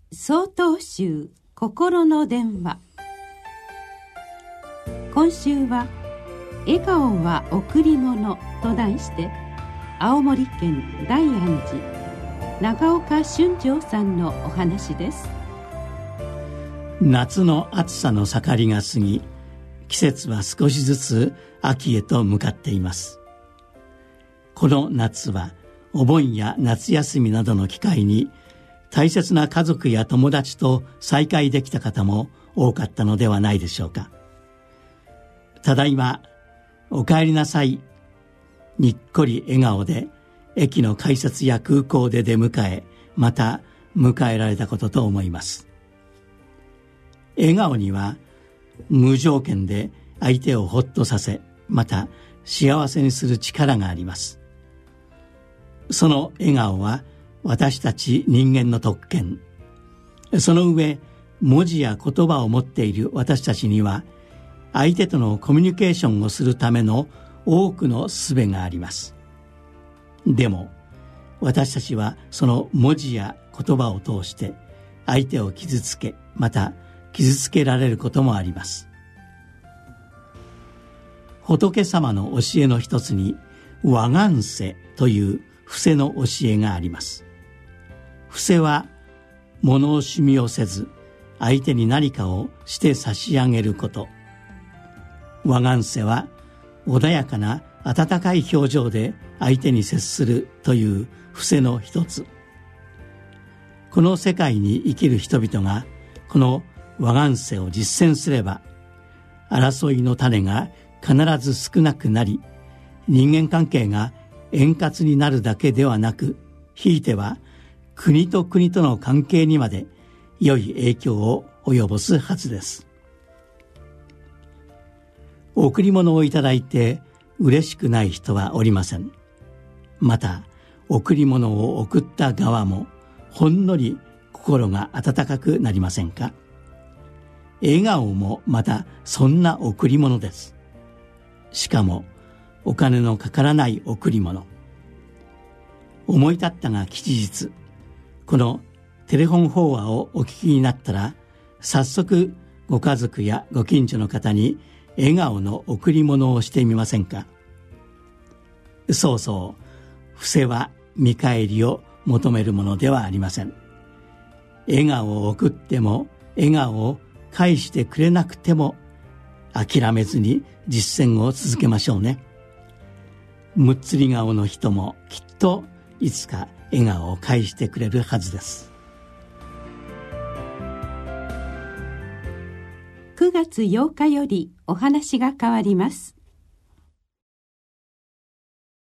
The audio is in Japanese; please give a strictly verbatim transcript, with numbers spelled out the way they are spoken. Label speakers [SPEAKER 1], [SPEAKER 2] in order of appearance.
[SPEAKER 1] 総統集心の電話。今週は笑顔は贈り物と題して、青森県大安寺長岡俊丈さんのお話です。
[SPEAKER 2] 夏の暑さの盛りが過ぎ、季節は少しずつ秋へと向かっています。この夏はお盆や夏休みなどの機会に大切な家族や友達と再会できた方も多かったのではないでしょうか。ただいま、お帰りなさい、にっこり笑顔で駅の改札や空港で出迎え、また迎えられたことと思います。笑顔には無条件で相手をほっとさせ、また幸せにする力があります。その笑顔は私たち人間の特権。その上、文字や言葉を持っている私たちには、相手とのコミュニケーションをするための多くの術があります。でも、私たちはその文字や言葉を通して相手を傷つけ、また傷つけられることもあります。仏様の教えの一つに、和願世という伏せの教えがあります。伏せは物惜しみをせず、相手に何かをして差し上げること。和願世は穏やかな温かい表情で相手に接するという伏せの一つ。この世界に生きる人々がこの和願世を実践すれば、争いの種が必ず少なくなり、人間関係が円滑になるだけではなく、ひいては国と国との関係にまで良い影響を及ぼすはずです。贈り物をいただいて嬉しくない人はおりません。また、贈り物を贈った側もほんのり心が温かくなりませんか？笑顔もまたそんな贈り物です。しかもお金のかからない贈り物。思い立ったが吉日、このテレフォン法話をお聞きになったら、早速ご家族やご近所の方に笑顔の贈り物をしてみませんか？そうそう、伏せは見返りを求めるものではありません。笑顔を送っても笑顔を返してくれなくても諦めずに実践を続けましょうね。むっつり顔の人もきっといつか笑顔を返してくれるはずです。
[SPEAKER 1] くがつようかよりお話が変わります。